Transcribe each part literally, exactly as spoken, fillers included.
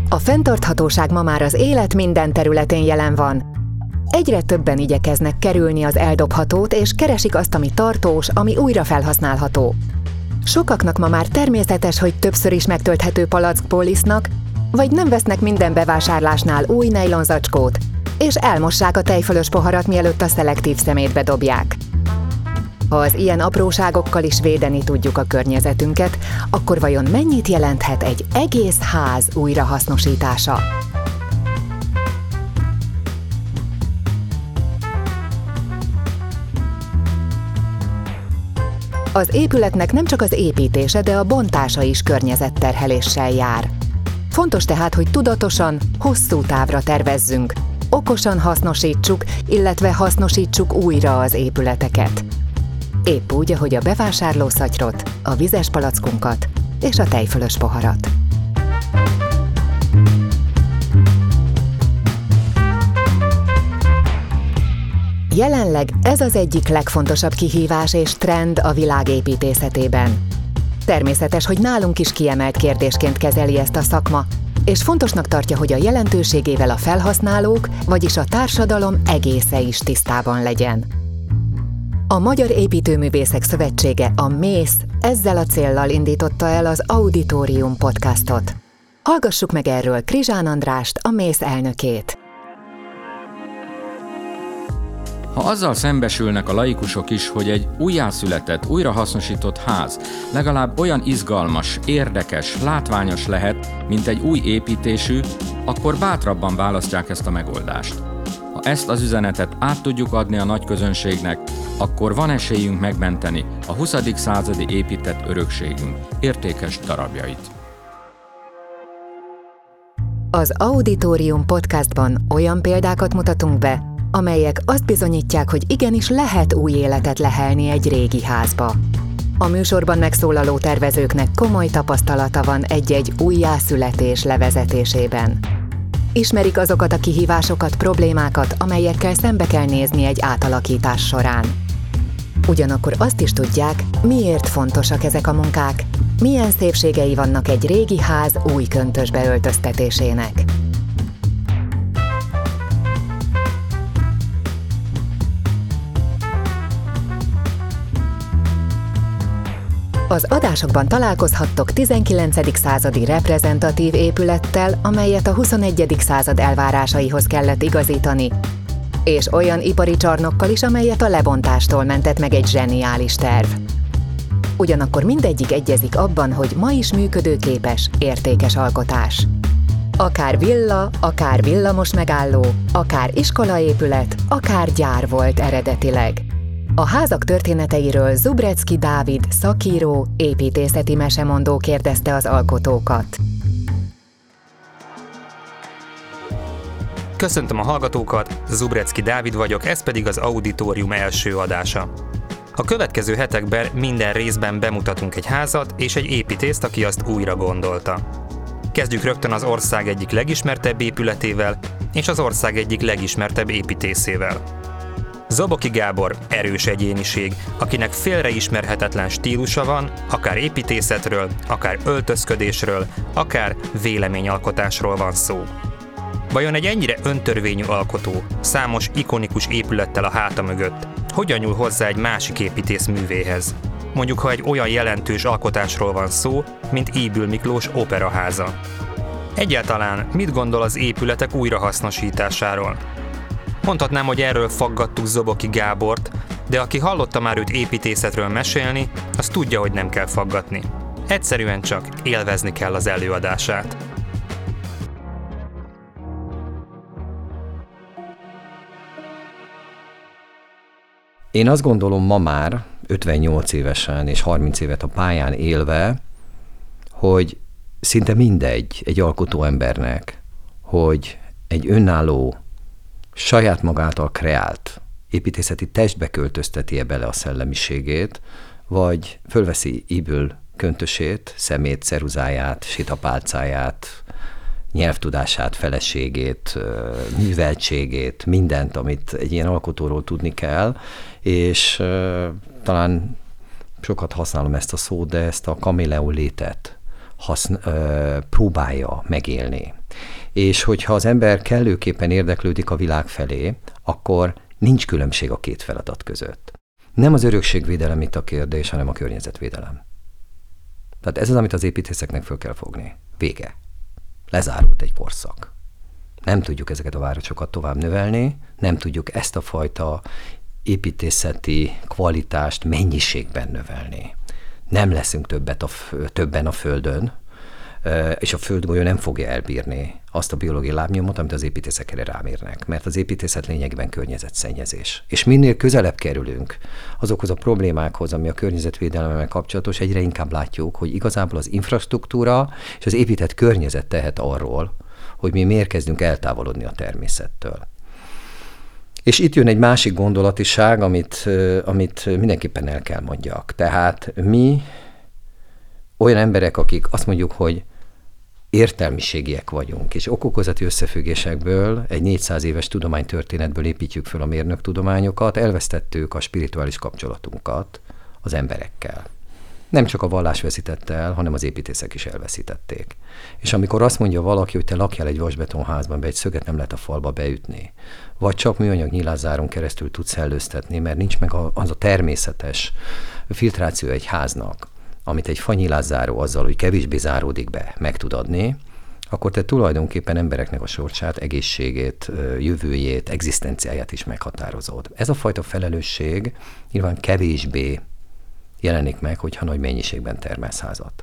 A fenntarthatóság ma már az élet minden területén jelen van. Egyre többen igyekeznek kerülni az eldobhatót, és keresik azt, ami tartós, ami újra felhasználható. Sokaknak ma már természetes, hogy többször is megtölthető palackból isznak, vagy nem vesznek minden bevásárlásnál új nejlonzacskót, és elmossák a tejfölös poharat, mielőtt a szelektív szemétbe dobják. Ha az ilyen apróságokkal is védeni tudjuk a környezetünket, akkor vajon mennyit jelenthet egy egész ház újrahasznosítása? Az épületnek nem csak az építése, de a bontása is környezetterheléssel jár. Fontos tehát, hogy tudatosan, hosszú távra tervezzünk, okosan hasznosítsuk, illetve hasznosítsuk újra az épületeket. Épp úgy, ahogy a bevásárlószatyrot, a vizes palackunkat és a tejfölös poharat. Jelenleg ez az egyik legfontosabb kihívás és trend a világ építészetében. Természetes, hogy nálunk is kiemelt kérdésként kezeli ezt a szakma, és fontosnak tartja, hogy a jelentőségével a felhasználók, vagyis a társadalom egésze is tisztában legyen. A Magyar Építőművészek Szövetsége, a mész ezzel a céllal indította el az Auditorium podcastot. Hallgassuk meg erről Krizsán Andrást, a mész elnökét. Ha azzal szembesülnek a laikusok is, hogy egy újjászületett, újrahasznosított ház legalább olyan izgalmas, érdekes, látványos lehet, mint egy új építésű, akkor bátrabban választják ezt a megoldást. Ha ezt az üzenetet át tudjuk adni a nagy közönségnek, akkor van esélyünk megmenteni a huszadik századi épített örökségünk értékes darabjait. Az Auditorium podcastban olyan példákat mutatunk be, amelyek azt bizonyítják, hogy igenis lehet új életet lehelni egy régi házba. A műsorban megszólaló tervezőknek komoly tapasztalata van egy-egy újjászületés levezetésében. Ismerik azokat a kihívásokat, problémákat, amelyekkel szembe kell nézni egy átalakítás során. Ugyanakkor azt is tudják, miért fontosak ezek a munkák, milyen szépségei vannak egy régi ház új köntösbe öltöztetésének. Az adásokban találkozhattok tizenkilencedik századi reprezentatív épülettel, amelyet a huszonegyedik század elvárásaihoz kellett igazítani, és olyan ipari csarnokkal is, amelyet a lebontástól mentett meg egy zseniális terv. Ugyanakkor mindegyik egyezik abban, hogy ma is működőképes, értékes alkotás. Akár villa, akár villamos megálló, akár iskolaépület, akár gyár volt eredetileg. A házak történeteiről Zubrecki Dávid, szakíró, építészeti mesemondó kérdezte az alkotókat. Köszöntöm a hallgatókat, Zubrecki Dávid vagyok, ez pedig az Auditorium első adása. A következő hetekben minden részben bemutatunk egy házat és egy építészt, aki azt újra gondolta. Kezdjük rögtön az ország egyik legismertebb épületével és az ország egyik legismertebb építészével. Zaboki Gábor erős egyéniség, akinek félreismerhetetlen stílusa van, akár építészetről, akár öltözködésről, akár véleményalkotásról van szó. Vajon egy ennyire öntörvényű alkotó, számos ikonikus épülettel a háta mögött, hogyan nyúl hozzá egy másik építész művéhez? Mondjuk, ha egy olyan jelentős alkotásról van szó, mint Ybl Miklós operaháza. Egyáltalán mit gondol az épületek újrahasznosításáról? Mondhatnám, hogy erről faggattuk Zaboki Gábort, de aki hallotta már őt építészetről mesélni, az tudja, hogy nem kell faggatni. Egyszerűen csak élvezni kell az előadását. Én azt gondolom ma már, ötvennyolc évesen és harminc évet a pályán élve, hogy szinte mindegy egy alkotó embernek, hogy egy önálló, saját magától kreált építészeti testbe költözteti-e bele a szellemiségét, vagy fölveszi Ybl köntösét, szemét, ceruzáját, sétapálcáját, nyelvtudását, feleségét, műveltségét, mindent, amit egy ilyen alkotóról tudni kell, és uh, talán sokat használom ezt a szót, de ezt a kaméleó létet haszn- uh, próbálja megélni. És hogyha az ember kellőképpen érdeklődik a világ felé, akkor nincs különbség a két feladat között. Nem az örökségvédelem itt a kérdés, hanem a környezetvédelem. Tehát ez az, amit az építészeknek föl kell fogni. Vége. Lezárult egy korszak. Nem tudjuk ezeket a városokat tovább növelni, nem tudjuk ezt a fajta építészeti kvalitást mennyiségben növelni. Nem leszünk többet a, többen a Földön, és a földgolyó nem fogja elbírni azt a biológiai lábnyomot, amit az építészek erre rámérnek, mert az építészet lényegében környezetszennyezés. És minél közelebb kerülünk azokhoz a problémákhoz, ami a környezetvédelemmel kapcsolatos, egyre inkább látjuk, hogy igazából az infrastruktúra és az épített környezet tehet arról, hogy mi miért kezdünk eltávolodni a természettől. És itt jön egy másik gondolatiság, amit, amit mindenképpen el kell mondjak. Tehát mi olyan emberek, akik azt mondjuk, hogy értelmiségiek vagyunk, és okokozati összefüggésekből, egy négyszáz éves tudománytörténetből építjük föl a mérnöktudományokat, elvesztettük a spirituális kapcsolatunkat az emberekkel. Nem csak a vallás veszítette el, hanem az építészek is elveszítették. És amikor azt mondja valaki, hogy te lakjál egy vasbetonházban, be egy szöget nem lehet a falba beütni, vagy csak műanyag nyilázáron keresztül tudsz szellőztetni, mert nincs meg az a természetes filtráció egy háznak, amit egy fanyilázzáró azzal, hogy kevésbé záródik be, meg tud adni, akkor te tulajdonképpen embereknek a sorsát, egészségét, jövőjét, egzisztenciáját is meghatározod. Ez a fajta felelősség nyilván kevésbé jelenik meg, hogyha nagy mennyiségben termelsz házat.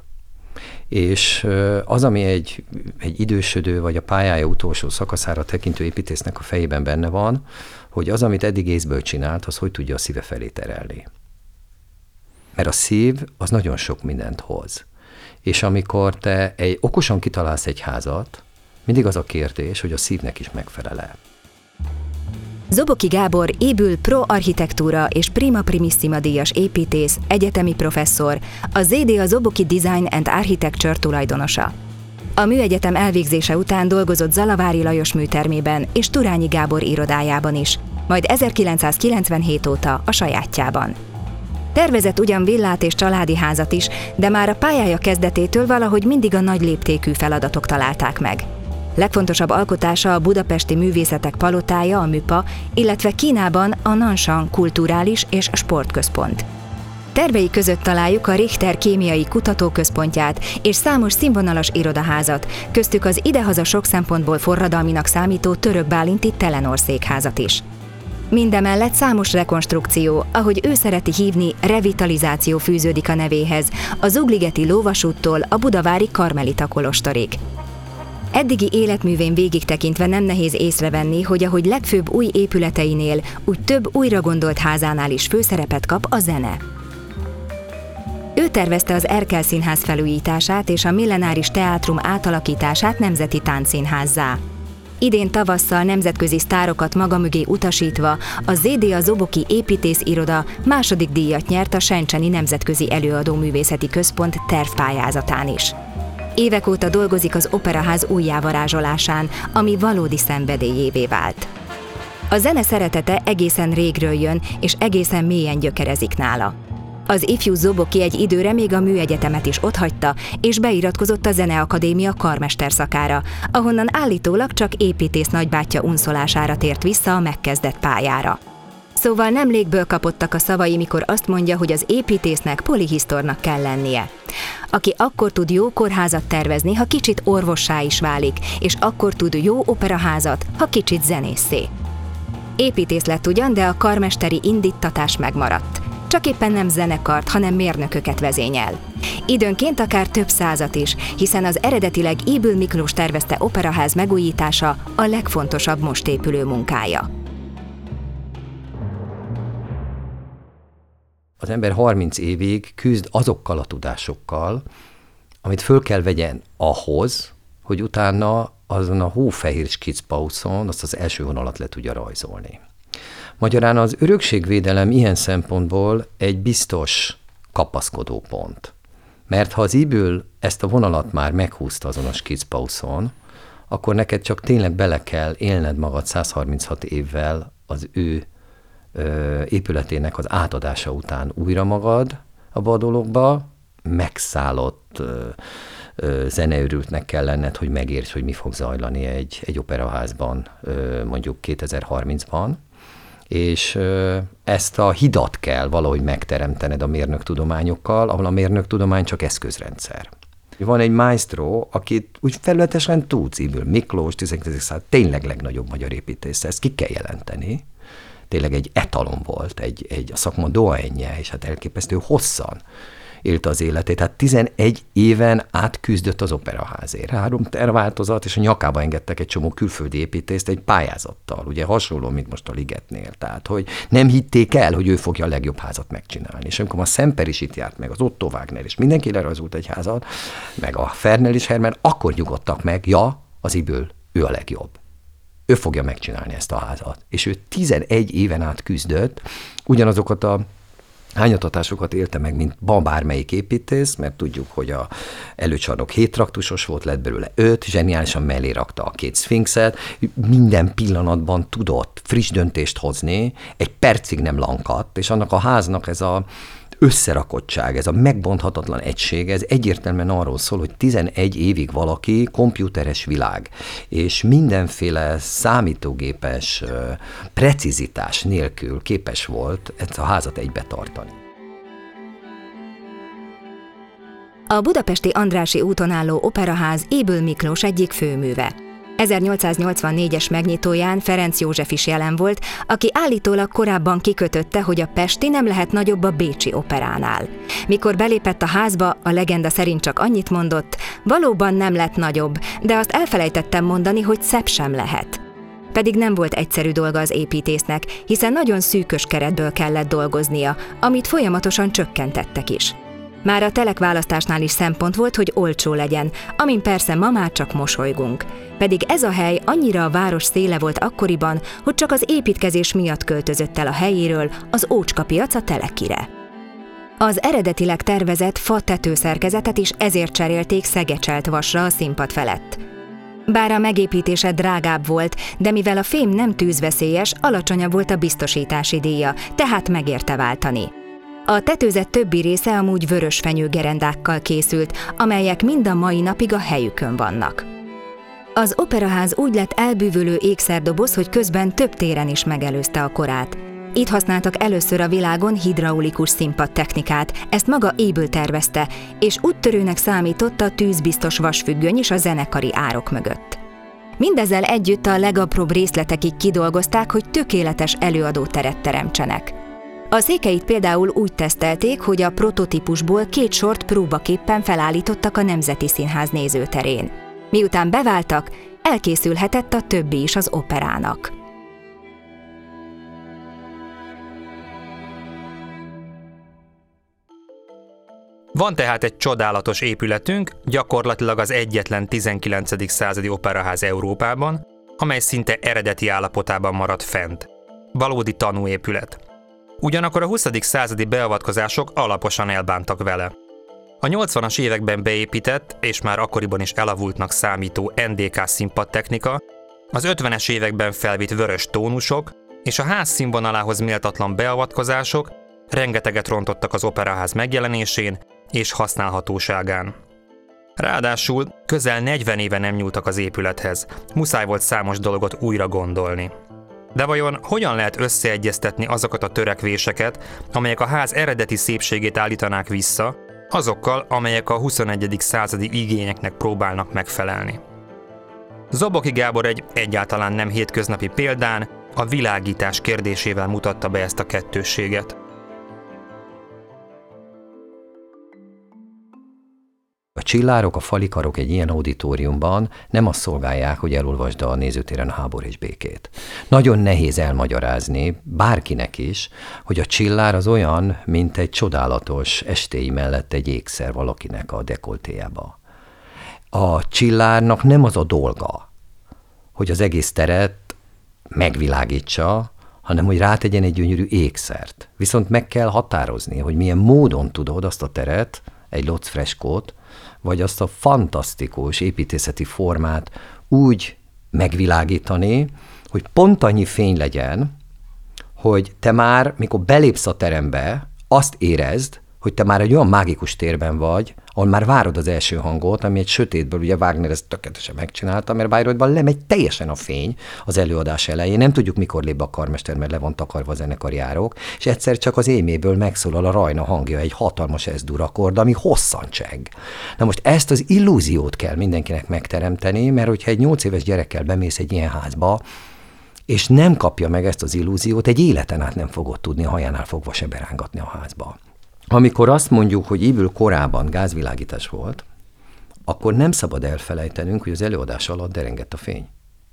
És az, ami egy, egy idősödő vagy a pályája utolsó szakaszára tekintő építésznek a fejében benne van, hogy az, amit eddig észből csinált, az hogy tudja a szíve felé terelni. Mert a szív az nagyon sok mindent hoz. És amikor te egy, okosan kitalálsz egy házat, mindig az a kérdés, hogy a szívnek is megfelel-e. Zoboki Gábor ébül Pro Architektúra és Prima Primissima díjas építész, egyetemi professzor, a zé dé a Zoboki Design and Architecture tulajdonosa. A műegyetem elvégzése után dolgozott Zalavári Lajos műtermében és Turányi Gábor irodájában is, majd ezerkilencszázkilencvenhét óta a sajátjában. Tervezett ugyan villát és családi házat is, de már a pályája kezdetétől valahogy mindig a nagy léptékű feladatok találták meg. Legfontosabb alkotása a Budapesti Művészetek Palotája, a MÜPA, illetve Kínában a Nanshan Kulturális és Sportközpont. Tervei között találjuk a Richter Kémiai Kutatóközpontját és számos színvonalas irodaházat, köztük az idehaza sok szempontból forradalminak számító török bálinti Telenor székházat is. Mindemellett számos rekonstrukció, ahogy ő szereti hívni, revitalizáció fűződik a nevéhez, a Zugligeti lóvasúttól a budavári Karmelita kolostorig. Eddigi életművén végig tekintve nem nehéz észrevenni, hogy ahogy legfőbb új épületeinél, úgy több újra gondolt házánál is főszerepet kap a zene. Ő tervezte az Erkel Színház felújítását és a Millenáris Teátrum átalakítását nemzeti táncszínházzá. Idén tavasszal nemzetközi sztárokat maga mögé utasítva a zé dé a Zoboki Építésziroda második díjat nyert a Sencseni Nemzetközi Előadóművészeti Központ tervpályázatán is. Évek óta dolgozik az Operaház újjávarázsolásán, ami valódi szenvedélyévé vált. A zene szeretete egészen régről jön, és egészen mélyen gyökerezik nála. Az ifjú Zoboki egy időre még a műegyetemet is otthagyta, és beiratkozott a Zeneakadémia karmesterszakára, ahonnan állítólag csak építész nagybátyja unszolására tért vissza a megkezdett pályára. Szóval nem légből kapottak a szavai, mikor azt mondja, hogy az építésznek polihisztornak kell lennie. Aki akkor tud jó kórházat tervezni, ha kicsit orvossá is válik, és akkor tud jó operaházat, ha kicsit zenészé. Építész lett ugyan, de a karmesteri indíttatás megmaradt. Csak éppen nem zenekart, hanem mérnököket vezényel. Időnként akár több százat is, hiszen az eredetileg Ybl Miklós tervezte operaház megújítása a legfontosabb most épülő munkája. Az ember harminc évig küzd azokkal a tudásokkal, amit föl kell vegyen ahhoz, hogy utána azon a hófehér skicpauszon azt az első vonalat le tudja rajzolni. Magyarán az örökségvédelem ilyen szempontból egy biztos kapaszkodó pont. Mert ha az Ybl ezt a vonalat már meghúzta azon a skicpauszon, akkor neked csak tényleg bele kell élned magad száz harminchat évvel az ő ö, épületének az átadása után újra magad abba a dologba, megszállott ö, zeneőrültnek kell lenned, hogy megérts, hogy mi fog zajlani egy, egy operaházban mondjuk kétezer-harmincban, és ezt a hidat kell valahogy megteremtened a mérnöktudományokkal, ahol a mérnöktudomány csak eszközrendszer. Van egy maestro, akit úgy felületesen tudsz, Ybl Miklós, tizenkilencedik század, tényleg legnagyobb magyar építész, ezt ki kell jelenteni. Tényleg egy etalon volt, egy, egy a szakma dohányja, és hát elképesztő hosszan élte az életét. Tehát tizenegy éven átküzdött az operaházért. Három terváltozat, és a nyakába engedtek egy csomó külföldi építészt egy pályázattal, ugye hasonló, mint most a Ligetnél. Tehát, hogy nem hitték el, hogy ő fogja a legjobb házat megcsinálni. És amikor a Semper is itt járt meg, az Otto Wagner, és mindenki lerajzolt egy házat, meg a Fernel is Hermann, akkor nyugodtak meg, ja, az Ybl, ő a legjobb. Ő fogja megcsinálni ezt a házat. És ő tizenegy éven át küzdött, ugyanazokat a hányatatásokat élte meg, mint bármelyik építész, mert tudjuk, hogy a előcsarnok hét traktusos volt, lett belőle öt, zseniálisan mellé rakta a két szfinxet, minden pillanatban tudott friss döntést hozni, egy percig nem lankadt, és annak a háznak ez a összerakottság, ez a megbonthatatlan egység, ez egyértelműen arról szól, hogy tizenegy évig valaki komputeres világ, és mindenféle számítógépes precizitás nélkül képes volt ezt a házat egybe tartani. A budapesti Andrássy úton álló operaház Ybl Miklós egyik főműve. ezernyolcszáznyolcvannégyes megnyitóján Ferenc József is jelen volt, aki állítólag korábban kikötötte, hogy a pesti nem lehet nagyobb a bécsi operánál. Mikor belépett a házba, a legenda szerint csak annyit mondott, valóban nem lett nagyobb, de azt elfelejtettem mondani, hogy szebb sem lehet. Pedig nem volt egyszerű dolga az építésznek, hiszen nagyon szűkös keretből kellett dolgoznia, amit folyamatosan csökkentettek is. Már a telekválasztásnál is szempont volt, hogy olcsó legyen, amin persze ma már csak mosolygunk. Pedig ez a hely annyira a város széle volt akkoriban, hogy csak az építkezés miatt költözött el a helyéről az Ócska piac a Telekire. Az eredetileg tervezett fa tetőszerkezetet is ezért cserélték szegecselt vasra a színpad felett. Bár a megépítése drágább volt, de mivel a fém nem tűzveszélyes, alacsonyabb volt a biztosítási díja, tehát megérte váltani. A tetőzet többi része amúgy vörös fenyőgerendákkal készült, amelyek mind a mai napig a helyükön vannak. Az operaház úgy lett elbűvölő ékszerdoboz, hogy közben több téren is megelőzte a korát. Itt használtak először a világon hidraulikus színpadtechnikát, ezt maga Ybl tervezte, és úttörőnek számított a tűzbiztos vasfüggöny is a zenekari árok mögött. Mindezzel együtt a legapróbb részletekig kidolgozták, hogy tökéletes előadóteret teremtsenek. A székeit például úgy tesztelték, hogy a prototípusból két sort próbaképpen felállítottak a Nemzeti Színház nézőterén. Miután beváltak, elkészülhetett a többi is az operának. Van tehát egy csodálatos épületünk, gyakorlatilag az egyetlen tizenkilencedik századi operaház Európában, amely szinte eredeti állapotában maradt fent. Valódi tanúépület. Ugyanakkor a huszadik századi beavatkozások alaposan elbántak vele. A nyolcvanas években beépített, és már akkoriban is elavultnak számító en dé ká színpadtechnika, az ötvenes években felvitt vörös tónusok és a ház színvonalához méltatlan beavatkozások rengeteget rontottak az operaház megjelenésén és használhatóságán. Ráadásul közel negyven éve nem nyúltak az épülethez, muszáj volt számos dolgot újra gondolni. De vajon hogyan lehet összeegyeztetni azokat a törekvéseket, amelyek a ház eredeti szépségét állítanák vissza, azokkal, amelyek a huszonegyedik századi igényeknek próbálnak megfelelni? Zoboki Gábor egy egyáltalán nem hétköznapi példán a világítás kérdésével mutatta be ezt a kettősséget. A csillárok, a falikarok egy ilyen auditoriumban nem azt szolgálják, hogy elolvasd a nézőtéren a Háború és békét. Nagyon nehéz elmagyarázni bárkinek is, hogy a csillár az olyan, mint egy csodálatos estély mellett egy ékszer valakinek a dekoltéjába. A csillárnak nem az a dolga, hogy az egész teret megvilágítsa, hanem hogy rátegyen egy gyönyörű ékszert. Viszont meg kell határozni, hogy milyen módon tudod azt a teret, egy loc freskót, vagy azt a fantasztikus építészeti formát úgy megvilágítani, hogy pont annyi fény legyen, hogy te már, mikor belépsz a terembe, azt érezd, hogy te már egy olyan mágikus térben vagy, ahol már várod az első hangot, ami egy sötétből, ugye Wagner ezt tökéletesen megcsinálta, mert Bayreuthban lemegy teljesen a fény az előadás elején, nem tudjuk, mikor lép be a karmester, mert le van takarva a zenekarjárók, és egyszer csak az éméből megszólal a Rajna hangja, egy hatalmas S-dur akkord, ami hosszan cseng. Na most ezt az illúziót kell mindenkinek megteremteni, mert hogyha egy nyolc éves gyerekkel bemész egy ilyen házba, és nem kapja meg ezt az illúziót, egy életen át nem fogod tudni a hajánál fogva se berángatni a házba. Amikor azt mondjuk, hogy Ybül korában gázvilágítás volt, akkor nem szabad elfelejtenünk, hogy az előadás alatt derengett a fény.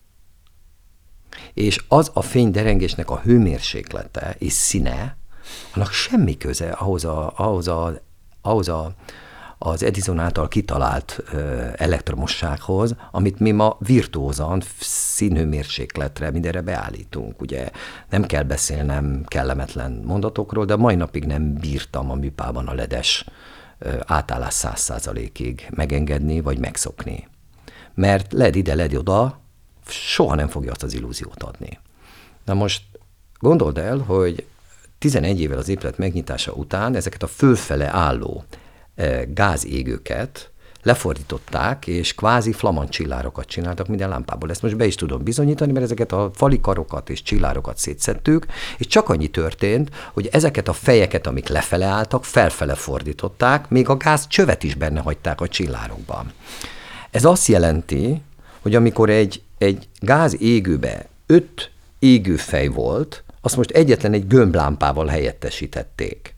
És az a fényderengésnek a hőmérséklete és színe, annak semmi köze ahhoz, a, ahhoz, a, ahhoz a, az Edison által kitalált ö, elektromossághoz, amit mi ma virtuózan színhőmérsékletre, mindenre beállítunk. Ugye nem kell beszélnem kellemetlen mondatokról, de mai napig nem bírtam a műpában a ledes ö, átállás száz százalékig megengedni, vagy megszokni. Mert led ide, led oda, soha nem fogja azt az illúziót adni. Na most gondold el, hogy tizenegy évvel az épület megnyitása után ezeket a fölfele álló gázégőket lefordították, és kvázi flamand csillárokat csináltak minden lámpából. Ezt most be is tudom bizonyítani, mert ezeket a falikarokat és csillárokat szétszedtük, és csak annyi történt, hogy ezeket a fejeket, amik lefele álltak, felfele fordították, még a gáz csövet is benne hagyták a csillárokban. Ez azt jelenti, hogy amikor egy, egy gázégőbe öt égőfej volt, azt most egyetlen egy gömblámpával helyettesítették.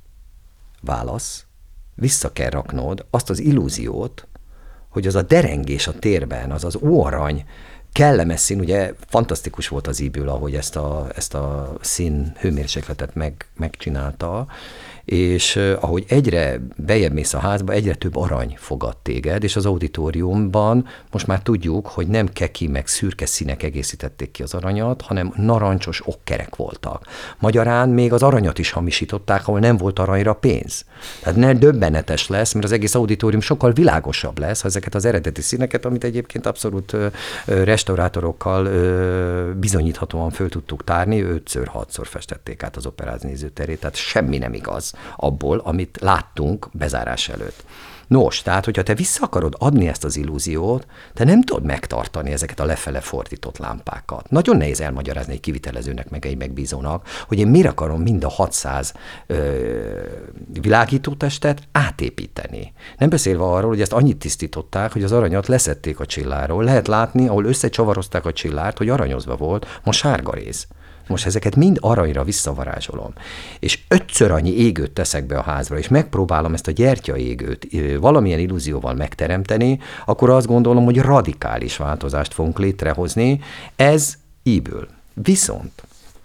Válasz. Vissza kell raknod azt az illúziót, hogy az a derengés a térben, az az óarany, kellemes szín, ugye fantasztikus volt az Ybül, ahogy ezt a, ezt a szín hőmérsékletet meg, megcsinálta, és eh, ahogy egyre bejebb mész a házba, egyre több arany fogad téged, és az auditoriumban most már tudjuk, hogy nem keki meg szürke színek egészítették ki az aranyat, hanem narancsos okkerek voltak. Magyarán még az aranyat is hamisították, ahol nem volt aranyra pénz. Tehát ne döbbenetes lesz, mert az egész auditorium sokkal világosabb lesz, ha ezeket az eredeti színeket, amit egyébként abszolút ö, ö, restaurátorokkal ö, bizonyíthatóan föl tudtuk tárni, ötször-hatszor festették át az Operáz nézőterét, tehát semmi nem igaz abból, amit láttunk bezárás előtt. Nos, tehát, hogyha te vissza akarod adni ezt az illúziót, te nem tudod megtartani ezeket a lefele fordított lámpákat. Nagyon nehéz elmagyarázni egy kivitelezőnek, meg egy megbízónak, hogy én miért akarom mind a hatszáz ö, világítótestet átépíteni. Nem beszélve arról, hogy ezt annyit tisztították, hogy az aranyat leszették a csilláról. Lehet látni, ahol összecsavarozták a csillárt, hogy aranyozva volt, most sárga rész. Most ezeket mind aranyra visszavarázsolom, és ötször annyi égőt teszek be a házra, és megpróbálom ezt a gyertyaégőt valamilyen illúzióval megteremteni, akkor azt gondolom, hogy radikális változást fogunk létrehozni. Ez Ybül. Viszont,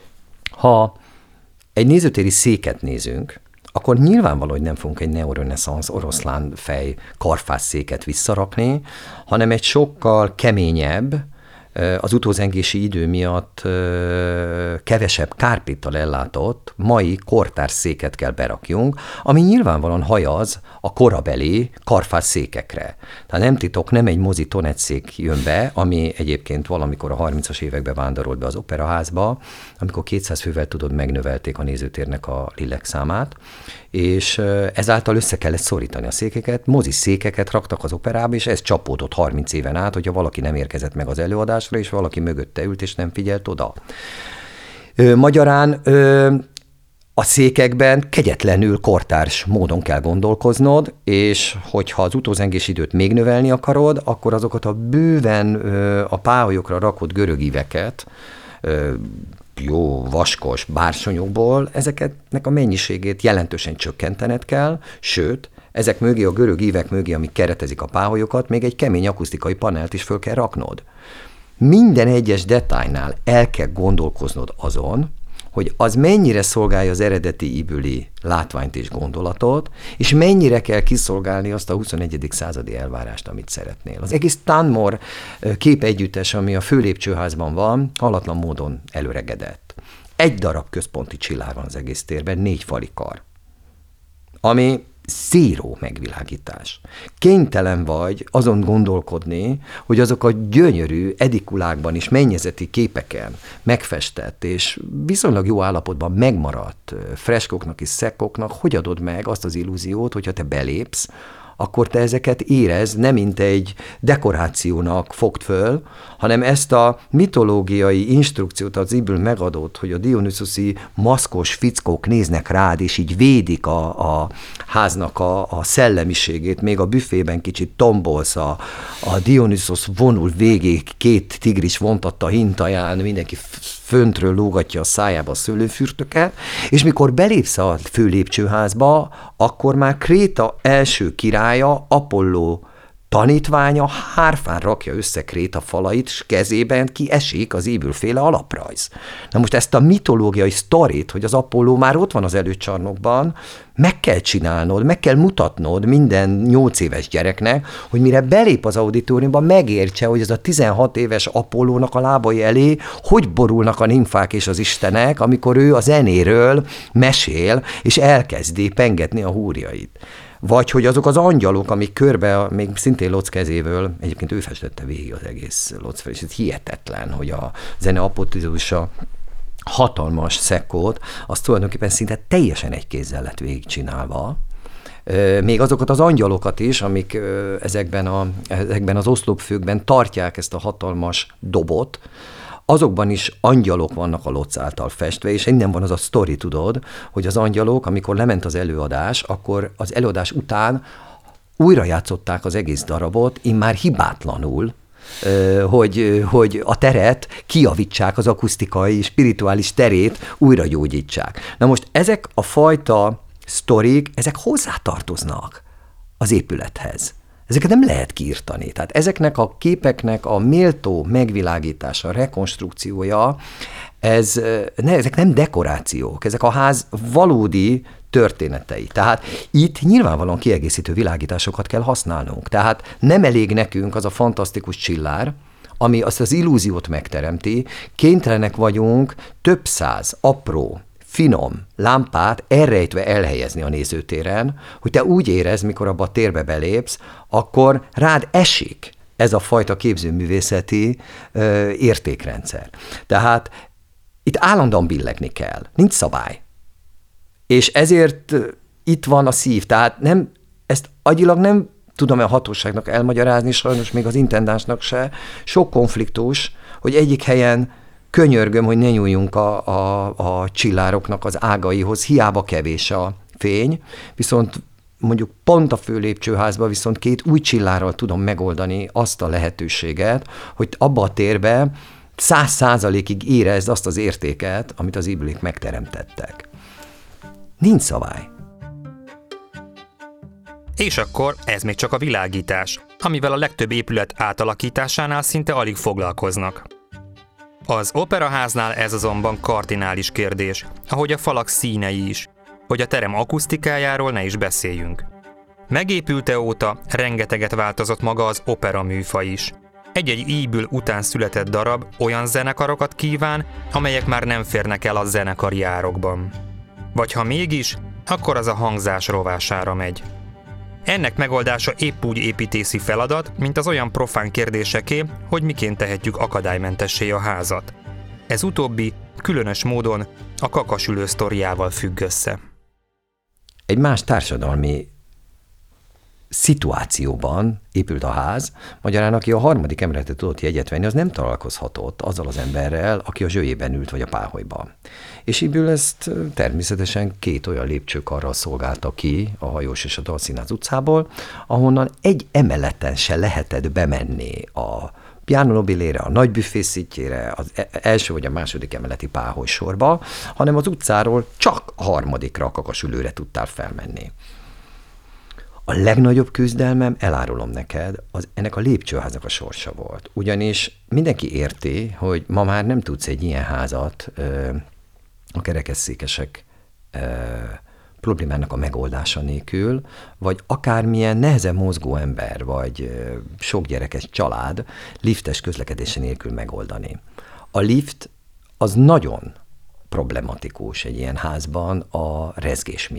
ha egy nézőtéri széket nézünk, akkor nyilvánvaló, hogy nem fogunk egy neoreneszánsz oroszlán fej karfás széket visszarakni, hanem egy sokkal keményebb, az utózengési idő miatt kevesebb kárpittal ellátott mai kortárs széket kell berakjunk, ami nyilvánvalóan hajaz a korabeli karfás székekre. Tehát nem titok, nem egy mozi tonett szék jön be, ami egyébként valamikor a harmincas években vándorolt be az operaházba, amikor kétszáz fővel tudod megnövelték a nézőtérnek a lélekszámát, és ezáltal össze kellett szorítani a székeket, mozi székeket raktak az operába, és ez csapódott harminc éven át, hogyha valaki nem érkezett meg az előadásra, és valaki mögötte ült, és nem figyelt oda. Magyarán a székekben kegyetlenül kortárs módon kell gondolkoznod, és hogyha az utózengés időt még növelni akarod, akkor azokat a bőven a páholyokra rakott görögíveket, jó, vaskos bársonyokból, ezeknek a mennyiségét jelentősen csökkentened kell, sőt, ezek mögé, a görög ívek mögé, amik keretezik a páholyokat, még egy kemény akusztikai panelt is föl kell raknod. Minden egyes detailnál el kell gondolkoznod azon, hogy az mennyire szolgálja az eredeti ybüli látványt és gondolatot, és mennyire kell kiszolgálni azt a huszonegyedik századi elvárást, amit szeretnél. Az egész Stanmore képegyüttes, ami a főlépcsőházban van, halatlan módon előregedett. Egy darab központi csillár van az egész térben, négy falikar, ami zéró megvilágítás. Kénytelen vagy azon gondolkodni, hogy azok a gyönyörű edikulákban és mennyezeti képeken megfestett és viszonylag jó állapotban megmaradt freskoknak és szekkoknak hogy adod meg azt az illúziót, hogyha te belépsz, akkor te ezeket érezd, nem mint egy dekorációnak fogd föl, hanem ezt a mitológiai instrukciót az Ibül megadott, hogy a Dionüszoszi maszkos fickók néznek rád, és így védik a, a háznak a, a szellemiségét, még a büfében kicsit tombolsz, a, a Dionysos vonul végig, két tigris vontatta hintaján, mindenki föntről lógatja a szájába a szőlőfürtöket, és mikor belépsz a főlépcsőházba, akkor már Kréta első királya, Apolló tanítványa hárfán rakja össze Kréta falait, és kezében kiesik az Ébülféle alaprajz. Na most ezt a mitológiai sztorit, hogy az Apolló már ott van az előcsarnokban, meg kell csinálnod, meg kell mutatnod minden nyolc éves gyereknek, hogy mire belép az auditoriumba, megértse, hogy ez a tizenhat éves Apollónak a lábai elé hogy borulnak a nimfák és az istenek, amikor ő a zenéről mesél, és elkezdi pengetni a húrjait. Vagy hogy azok az angyalok, amik körbe, még szintén Lotz kezéből, egyébként ő festette végig az egész Lotz fel, és ez hihetetlen, hogy a zene apoteózusa hatalmas szekkót, az tulajdonképpen szinte teljesen egy kézzel lett végigcsinálva. Még azokat az angyalokat is, amik ezekben, a, ezekben az oszlopfőkben tartják ezt a hatalmas dobot, azokban is angyalok vannak a Lotz által festve, és innen van az a sztori, tudod, hogy az angyalok, amikor lement az előadás, akkor az előadás után újra játszották az egész darabot, immár hibátlanul, hogy, hogy a teret kijavítsák, az akusztikai, spirituális terét újra gyógyítsák. Na most ezek a fajta sztorik, ezek hozzátartoznak az épülethez. Ezeket nem lehet kiirtani. Tehát ezeknek a képeknek a méltó megvilágítása, rekonstrukciója, ez, ne, ezek nem dekorációk, ezek a ház valódi történetei. Tehát itt nyilvánvalóan kiegészítő világításokat kell használnunk. Tehát nem elég nekünk az a fantasztikus csillár, ami azt az illúziót megteremti, kénytelenek vagyunk több száz apró, finom lámpát elrejtve elhelyezni a nézőtéren, hogy te úgy érezd, mikor abba a térbe belépsz, akkor rád esik ez a fajta képzőművészeti ö, értékrendszer. Tehát itt állandóan billegni kell, nincs szabály. És ezért itt van a szív, tehát nem, ezt agyilag nem tudom a hatóságnak elmagyarázni, sajnos még az intendánsnak se, sok konfliktus, hogy egyik helyen könyörgöm, hogy ne nyúljunk a, a, a csillároknak az ágaihoz, hiába kevés a fény, viszont mondjuk pont a főlépcsőházban viszont két új csillárral tudom megoldani azt a lehetőséget, hogy abba a térbe száz százalékig érezd azt az értéket, amit az iblék megteremtettek. Nincs szabály. És akkor ez még csak a világítás, amivel a legtöbb épület átalakításánál szinte alig foglalkoznak. Az operaháznál ez azonban kardinális kérdés, ahogy a falak színei is, hogy a terem akusztikájáról ne is beszéljünk. Megépülte óta rengeteget változott maga az opera műfaj is. Egy-egy íbül után született darab olyan zenekarokat kíván, amelyek már nem férnek el a zenekari árokban. Vagy ha mégis, akkor az a hangzás rovására megy. Ennek megoldása épp úgy építészi feladat, mint az olyan profán kérdéseké, hogy miként tehetjük akadálymentessé a házat. Ez utóbbi különös módon a kakasülő sztoriával függ össze. Egy más társadalmi szituációban épült a ház, magyarán aki a harmadik emeletet tudott jegyet venni, az nem találkozhatott azzal az emberrel, aki a zsőjében ült vagy a páholyban. És ebből ezt természetesen két olyan lépcsőkarral szolgálta ki a Hajós és a Dalszínház utcából, ahonnan egy emeleten se lehetett bemenni a Piano Nobilére, a nagy büfészítjére, az első vagy a második emeleti páholy sorba, hanem az utcáról csak a harmadikra, a kakasülőre tudtál felmenni. A legnagyobb küzdelmem, elárulom neked, az ennek a lépcsőháznak a sorsa volt. Ugyanis mindenki érti, hogy ma már nem tudsz egy ilyen házat ö, a kerekesszékesek ö, problémának a megoldása nélkül, vagy akármilyen nehezen mozgó ember, vagy ö, sok gyerekes család liftes közlekedése nélkül megoldani. A lift az nagyon problematikus egy ilyen házban a rezgés miatt.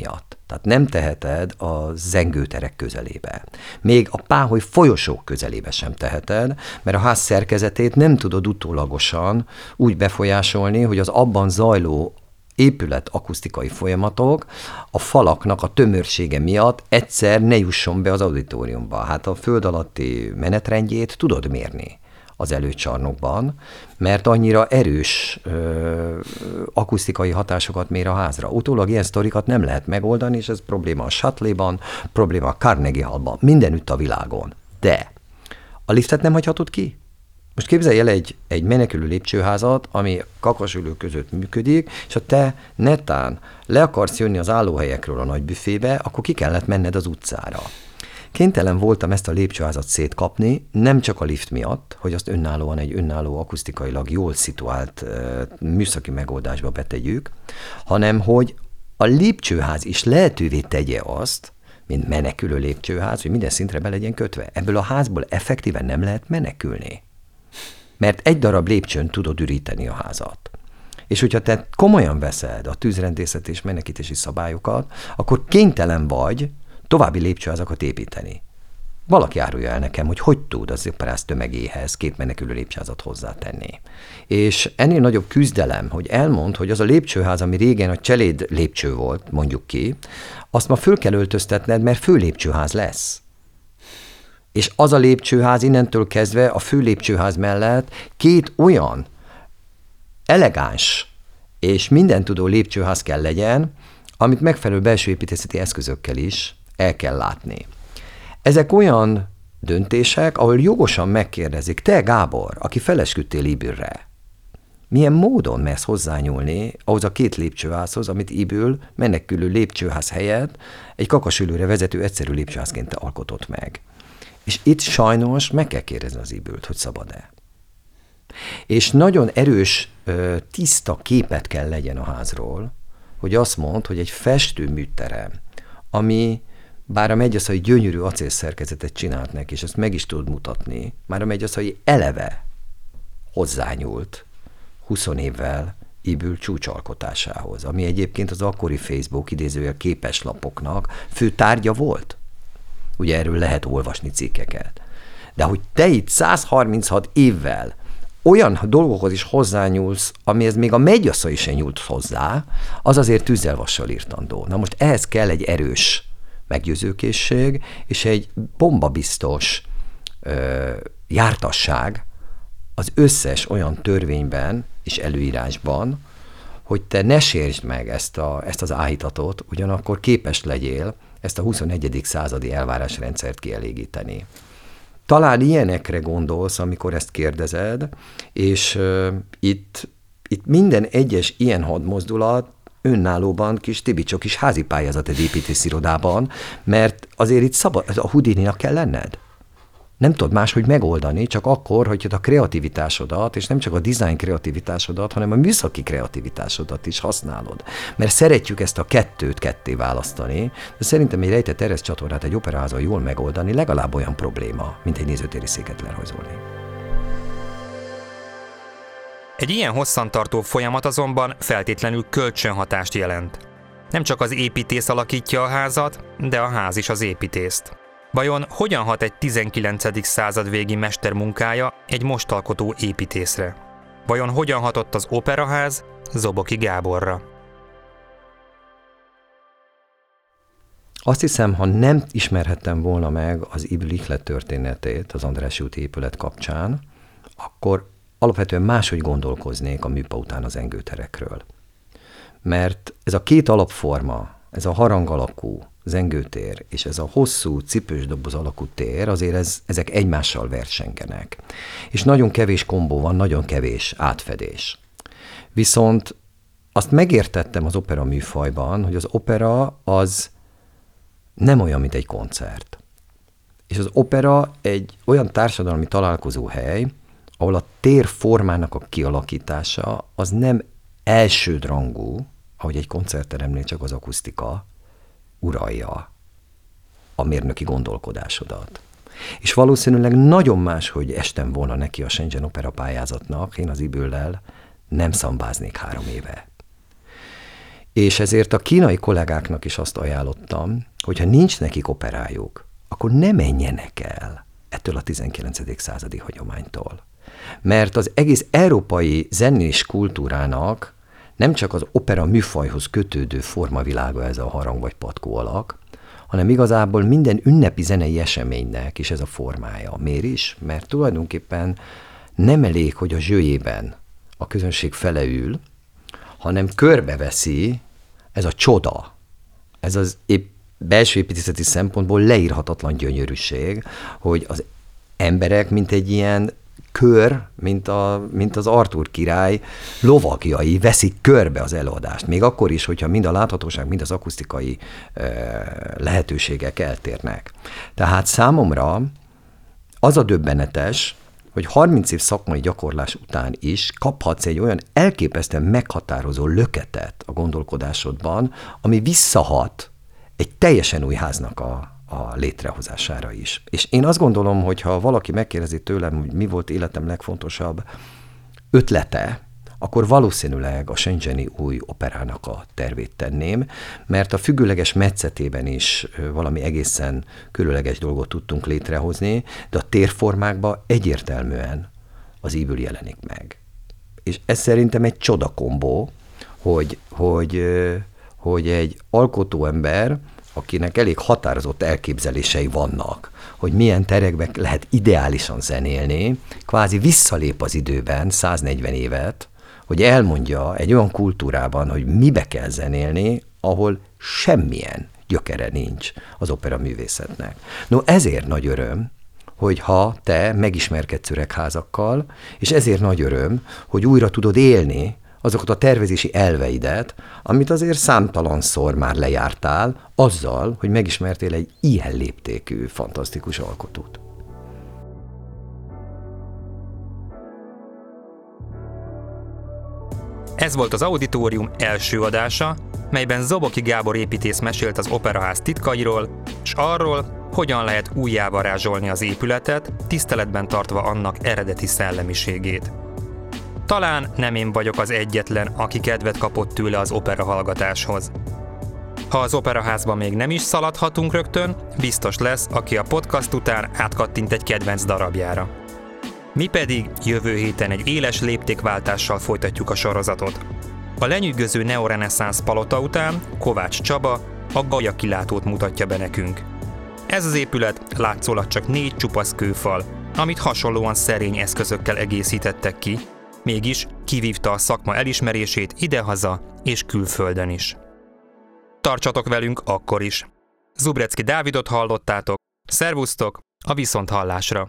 Tehát nem teheted a zengőterek közelébe. Még a páholy folyosók közelébe sem teheted, mert a ház szerkezetét nem tudod utólagosan úgy befolyásolni, hogy az abban zajló épület akusztikai folyamatok a falaknak a tömörsége miatt egyszer ne jusson be az auditoriumba. Hát a föld alatti menetrendjét tudod mérni az előcsarnokban, mert annyira erős ö, akusztikai hatásokat mér a házra. Utólag ilyen sztorikat nem lehet megoldani, és ez probléma a Shuttley-ban, probléma a Carnegie Hallban, mindenütt a világon. De a liftet nem hagyhatod ki? Most képzelj el egy, egy menekülő lépcsőházat, ami kakasülők között működik, és ha te netán le akarsz jönni az állóhelyekről a nagy büfébe, akkor ki kellett menned az utcára. Kénytelen voltam ezt a lépcsőházat szétkapni, nem csak a lift miatt, hogy azt önállóan egy önálló akusztikailag jól szituált uh, műszaki megoldásba betegyük, hanem hogy a lépcsőház is lehetővé tegye azt, mint menekülő lépcsőház, hogy minden szintre be legyen kötve. Ebből a házból effektíven nem lehet menekülni. Mert egy darab lépcsőn tudod üríteni a házat. És hogyha te komolyan veszed a tűzrendészeti és menekítési szabályokat, akkor kénytelen vagy további lépcsőházakat építeni. Valaki árulja el nekem, hogy hogy tud az operász tömegéhez két menekülő lépcsőházat hozzátenni. És ennél nagyobb küzdelem, hogy elmond, hogy az a lépcsőház, ami régen a cseléd lépcső volt, mondjuk ki, azt ma föl kell öltöztetned, mert főlépcsőház lesz. És az a lépcsőház innentől kezdve a fő lépcsőház mellett két olyan elegáns és mindentudó lépcsőház kell legyen, amit megfelelő belső építészeti eszközökkel is el kell látni. Ezek olyan döntések, ahol jogosan megkérdezik, te Gábor, aki felesküdtél Ibülre, milyen módon mersz hozzányúlni ahhoz a két lépcsőházhoz, amit Ibül menekülő lépcsőház helyett egy kakasülőre vezető egyszerű lépcsőházként alkotott meg. És itt sajnos meg kell kérdezni az Ibült, hogy szabad-e. És nagyon erős, tiszta képet kell legyen a házról, hogy azt mond, hogy egy festőműterem, ami bár a Megyaszai gyönyörű acélszerkezetet csinált neki, és ezt meg is tud mutatni, már a Megyaszai eleve hozzányúlt húsz évvel Ibül csúcsalkotásához, ami egyébként az akkori Facebook idézőjel képeslapoknak fő tárgya volt. Ugye erről lehet olvasni cikkeket. De hogy te itt száz harminchat évvel olyan dolgokhoz is hozzányúlsz, amihez még a Megyaszai sem nyúlt hozzá, az azért tűzzelvassal írtandó. Na most ehhez kell egy erős meggyőzőkészség, és egy bombabiztos ö, jártasság az összes olyan törvényben és előírásban, hogy te ne sértsd meg ezt, a, ezt az áhítatot, ugyanakkor képes legyél ezt a huszonegyedik századi elvárásrendszert kielégíteni. Talán ilyenekre gondolsz, amikor ezt kérdezed, és uh, itt, itt minden egyes ilyen hadmozdulat önállóban kis Tibicsok is házi pályázat egy építészirodában, mert azért itt szabad, a Houdininak kell lenned. Nem tudod máshogy megoldani, csak akkor, hogy a kreativitásodat, és nem csak a design kreativitásodat, hanem a műszaki kreativitásodat is használod. Mert szeretjük ezt a kettőt ketté választani, de szerintem egy rejtett eresz csatornát egy operaházal jól megoldani legalább olyan probléma, mint egy nézőtéri széket lerajzolni. Egy ilyen hosszantartó folyamat azonban feltétlenül kölcsönhatást jelent. Nem csak az építész alakítja a házat, de a ház is az építészt. Vajon hogyan hat egy tizenkilencedik század végi mestermunkája egy most alkotó építészre? Vajon hogyan hatott az Operaház Zoboki Gáborra? Azt hiszem, ha nem ismerhettem volna meg az Ibül ihlet történetét az Andrássy úti épület kapcsán, akkor alapvetően máshogy gondolkoznék a műpa után az zengőterekről. Mert ez a két alapforma, ez a harang alakú zengőtér, és ez a hosszú cipős doboz alakú tér, azért ez, ezek egymással versengenek. És nagyon kevés kombó van, nagyon kevés átfedés. Viszont azt megértettem az opera műfajban, hogy az opera az nem olyan, mint egy koncert. És az opera egy olyan társadalmi találkozóhely, ahol a tér formának a kialakítása az nem elsődrangú, ahogy egy koncertteremnél csak az akusztika uralja a mérnöki gondolkodásodat. És valószínűleg nagyon más, hogy estem volna neki a Shenzhen opera pályázatnak, én az Ibüllel nem szambáznék három éve. És ezért a kínai kollégáknak is azt ajánlottam, hogy ha nincs nekik operájuk, akkor ne menjenek el ettől a tizenkilencedik századi hagyománytól. Mert az egész európai zenés kultúrának nem csak az opera műfajhoz kötődő formavilága ez a harang vagy patkó alak, hanem igazából minden ünnepi zenei eseménynek is ez a formája. Miért is? Mert tulajdonképpen nem elég, hogy a zsőjében a közönség feleül, hanem körbeveszi ez a csoda, ez az épp belső építészeti szempontból leírhatatlan gyönyörűség, hogy az emberek, mint egy ilyen kör, mint, a, mint az Artúr király lovagjai veszik körbe az előadást. Még akkor is, hogyha mind a láthatóság, mind az akusztikai e, lehetőségek eltérnek. Tehát számomra az a döbbenetes, hogy harminc év szakmai gyakorlás után is kaphatsz egy olyan elképesztően meghatározó löketet a gondolkodásodban, ami visszahat egy teljesen új háznak a, a létrehozására is. És én azt gondolom, hogy ha valaki megkérdezi tőlem, hogy mi volt életem legfontosabb ötlete, akkor valószínűleg a shenzheni új operának a tervét tenném, mert a függőleges metszetében is valami egészen különleges dolgot tudtunk létrehozni, de a térformákban egyértelműen az ívül jelenik meg. És ez szerintem egy csodakombó, hogy, hogy, hogy egy alkotóember, akinek elég határozott elképzelései vannak, hogy milyen terekben lehet ideálisan zenélni, kvázi visszalép az időben száznegyven évet, hogy elmondja egy olyan kultúrában, hogy mibe kell zenélni, ahol semmilyen gyökere nincs az opera művészetnek. No, ezért nagy öröm, hogyha te megismerkedsz öregházakkal, és ezért nagy öröm, hogy újra tudod élni azokat a tervezési elveidet, amit azért számtalanszor már lejártál, azzal, hogy megismertél egy ilyen léptékű, fantasztikus alkotót. Ez volt az Auditorium első adása, melyben Zoboki Gábor építész mesélt az operaház titkairól, és arról, hogyan lehet újjávarázsolni az épületet, tiszteletben tartva annak eredeti szellemiségét. Talán nem én vagyok az egyetlen, aki kedvet kapott tőle az opera hallgatáshoz. Ha az operaházban még nem is szaladhatunk rögtön, biztos lesz, aki a podcast után átkattint egy kedvenc darabjára. Mi pedig jövő héten egy éles léptékváltással folytatjuk a sorozatot. A lenyűgöző neoreneszánsz palota után Kovács Csaba a Gaja kilátót mutatja be nekünk. Ez az épület látszólag csak négy csupasz kőfal, amit hasonlóan szerény eszközökkel egészítettek ki, mégis kivívta a szakma elismerését idehaza és külföldön is. Tartsatok velünk akkor is! Zubrecki Dávidot hallottátok, szervusztok, a viszonthallásra!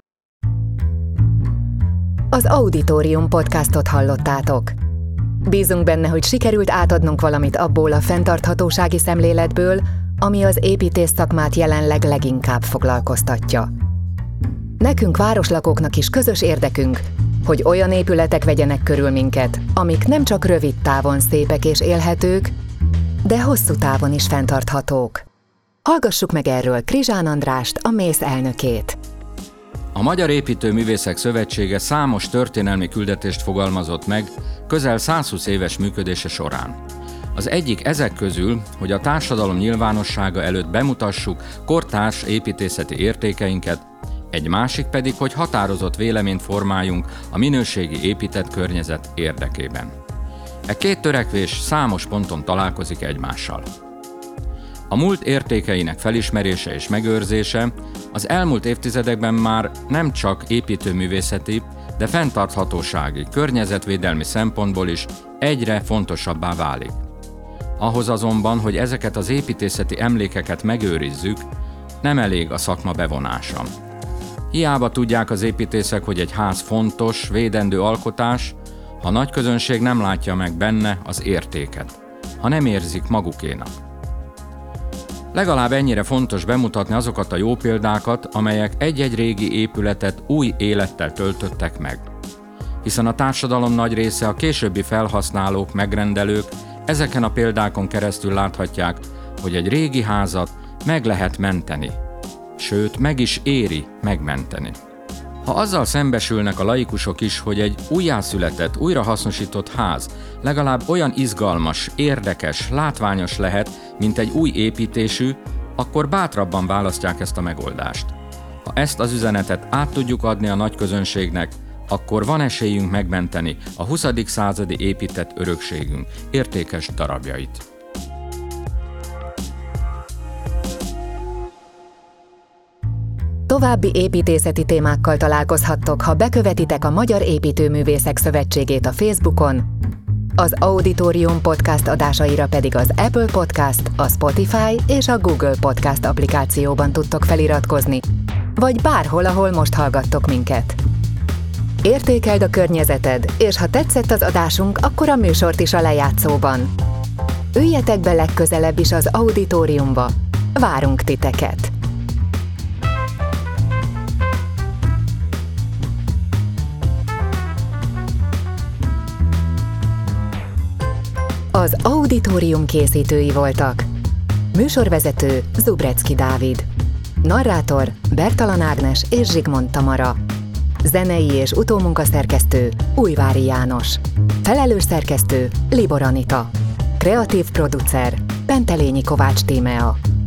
Az Auditorium podcastot hallottátok. Bízunk benne, hogy sikerült átadnunk valamit abból a fenntarthatósági szemléletből, ami az építész szakmát jelenleg leginkább foglalkoztatja. Nekünk városlakóknak is közös érdekünk, hogy olyan épületek vegyenek körül minket, amik nem csak rövid távon szépek és élhetők, de hosszú távon is fenntarthatók. Hallgassuk meg erről Krizsán Andrást, a mész elnökét. A Magyar Építőművészek Szövetsége számos történelmi küldetést fogalmazott meg közel százhúsz éves működése során. Az egyik ezek közül, hogy a társadalom nyilvánossága előtt bemutassuk kortárs építészeti értékeinket, egy másik pedig, hogy határozott véleményt formáljunk a minőségi épített környezet érdekében. E két törekvés számos ponton találkozik egymással. A múlt értékeinek felismerése és megőrzése az elmúlt évtizedekben már nem csak építőművészeti, de fenntarthatósági, környezetvédelmi szempontból is egyre fontosabbá válik. Ahhoz azonban, hogy ezeket az építészeti emlékeket megőrizzük, nem elég a szakma bevonása. Hiába tudják az építészek, hogy egy ház fontos, védendő alkotás, ha a nagy közönség nem látja meg benne az értéket, ha nem érzik magukénak. Legalább ennyire fontos bemutatni azokat a jó példákat, amelyek egy-egy régi épületet új élettel töltöttek meg. Hiszen a társadalom nagy része, a későbbi felhasználók, megrendelők ezeken a példákon keresztül láthatják, hogy egy régi házat meg lehet menteni, sőt, meg is éri megmenteni. Ha azzal szembesülnek a laikusok is, hogy egy újjászületett, újrahasznosított ház legalább olyan izgalmas, érdekes, látványos lehet, mint egy új építésű, akkor bátrabban választják ezt a megoldást. Ha ezt az üzenetet át tudjuk adni a nagy közönségnek, akkor van esélyünk megmenteni a huszadik századi épített örökségünk értékes darabjait. További építészeti témákkal találkozhattok, ha bekövetitek a Magyar Építőművészek Szövetségét a Facebookon, az Auditorium podcast adásaira pedig az Apple Podcast, a Spotify és a Google Podcast applikációban tudtok feliratkozni, vagy bárhol, ahol most hallgattok minket. Értékeld a környezeted, és ha tetszett az adásunk, akkor a műsort is a lejátszóban. Üljetek be legközelebb is az Auditoriumba. Várunk titeket! Az Auditorium készítői voltak. Műsorvezető Zubrecki Dávid. Narrátor Bertalan Ágnes és Zsigmond Tamara. Zenei és utómunkaszerkesztő Újvári János. Felelős szerkesztő Libor Anita. Kreatív producer Pentelényi Kovács Tímea.